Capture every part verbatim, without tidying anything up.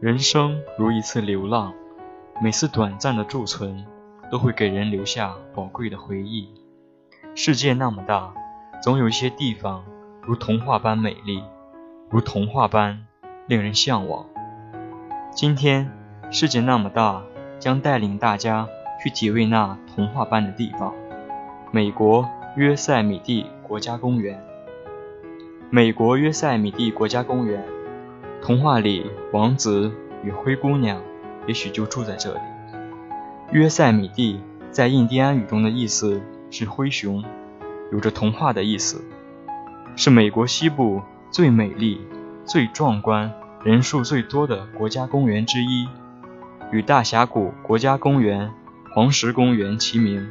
人生如一次流浪，每次短暂的驻存都会给人留下宝贵的回忆。世界那么大，总有一些地方如童话般美丽，如童话般令人向往。今天世界那么大将带领大家去体味那童话般的地方——美国约塞米蒂国家公园。美国约塞米蒂国家公园，童话里王子与灰姑娘也许就住在这里。约塞米蒂在印第安语中的意思是灰熊，有着童话的意思，是美国西部最美丽、最壮观、人数最多的国家公园之一，与大峡谷国家公园、黄石公园齐名。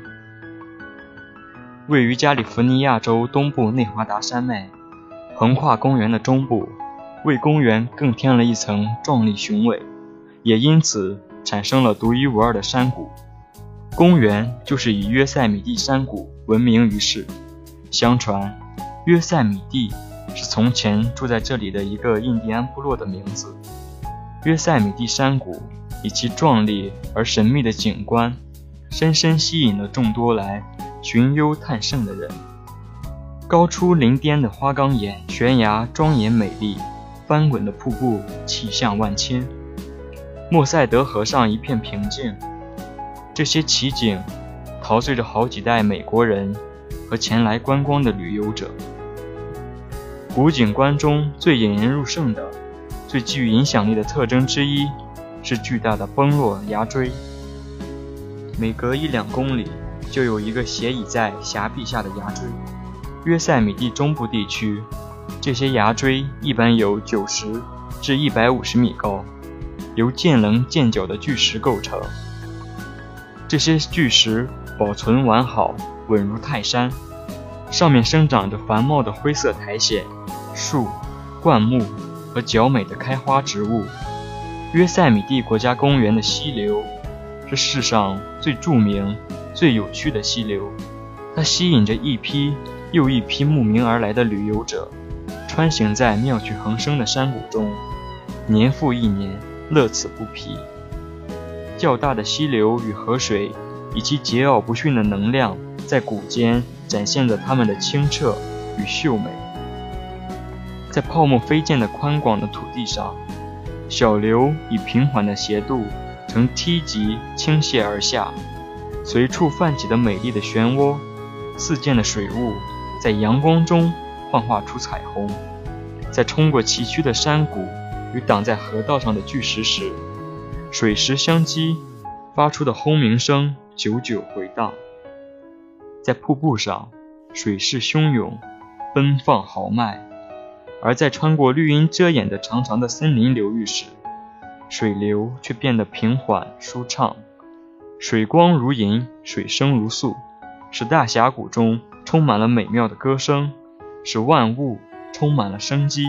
位于加利福尼亚州东部内华达山脉，横跨公园的中部，为公园更添了一层壮丽雄伟，也因此产生了独一无二的山谷。公园就是以约塞米蒂山谷闻名于世。相传约塞米蒂是从前住在这里的一个印第安部落的名字。约塞米蒂山谷以其壮丽而神秘的景观，深深吸引了众多来寻幽探胜的人。高出林巅的花岗岩悬崖庄严美丽，翻滚的瀑布气象万千，莫塞德河上一片平静。这些奇景陶醉着好几代美国人和前来观光的旅游者。古景观中最引人入胜的、最具影响力的特征之一是巨大的崩落崖锥。每隔一两公里就有一个斜倚在崖壁下的崖锥。约塞米蒂中部地区，这些崖锥一般有九十至一百五十米高，由渐棱渐角的巨石构成。这些巨石保存完好，稳如泰山，上面生长着繁茂的灰色苔藓、树、灌木和较美的开花植物。约塞米蒂国家公园的溪流是世上最著名、最有趣的溪流，它吸引着一批又一批慕名而来的旅游者，穿行在妙趣横生的山谷中，年复一年，乐此不疲。较大的溪流与河水以其桀骜不驯的能量，在谷间展现着它们的清澈与秀美。在泡沫飞溅的宽广的土地上，小流以平缓的斜度呈梯级倾泻而下，随处泛起的美丽的漩涡，四溅的水雾在阳光中幻化出彩虹。在冲过崎岖的山谷与挡在河道上的巨石时，水石相击发出的轰鸣声久久回荡。在瀑布上，水势汹涌，奔放豪迈；而在穿过绿荫遮掩的长长的森林流域时，水流却变得平缓舒畅。水光如银，水声如诉，使大峡谷中充满了美妙的歌声，使万物充满了生机。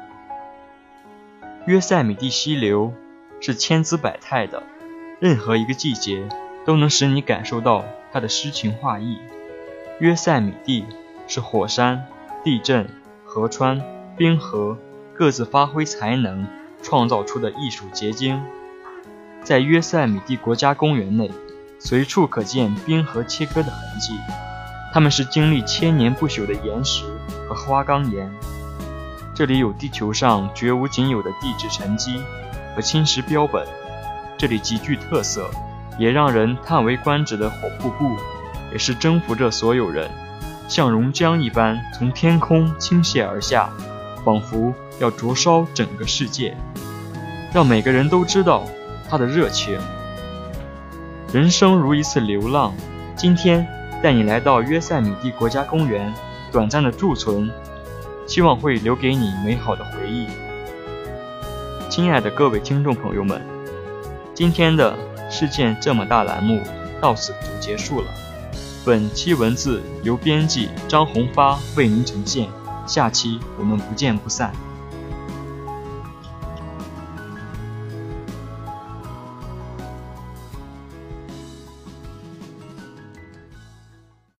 约塞米蒂溪流是千姿百态的，任何一个季节都能使你感受到它的诗情画意。约塞米蒂是火山、地震、河川、冰河各自发挥才能创造出的艺术结晶。在约塞米蒂国家公园内，随处可见冰河切割的痕迹，它们是经历千年不朽的岩石和花岗岩。这里有地球上绝无仅有的地质沉积和侵蚀标本，这里极具特色，也让人叹为观止的火瀑布，也是征服着所有人，像熔浆一般从天空倾泻而下，仿佛要灼烧整个世界，让每个人都知道它的热情。人生如一次流浪，今天带你来到约塞米蒂国家公园，短暂的驻存，希望会留给你美好的回忆。亲爱的各位听众朋友们，今天的世界这么大栏目到此就结束了。本期文字由编辑张红发为您呈现，下期我们不见不散。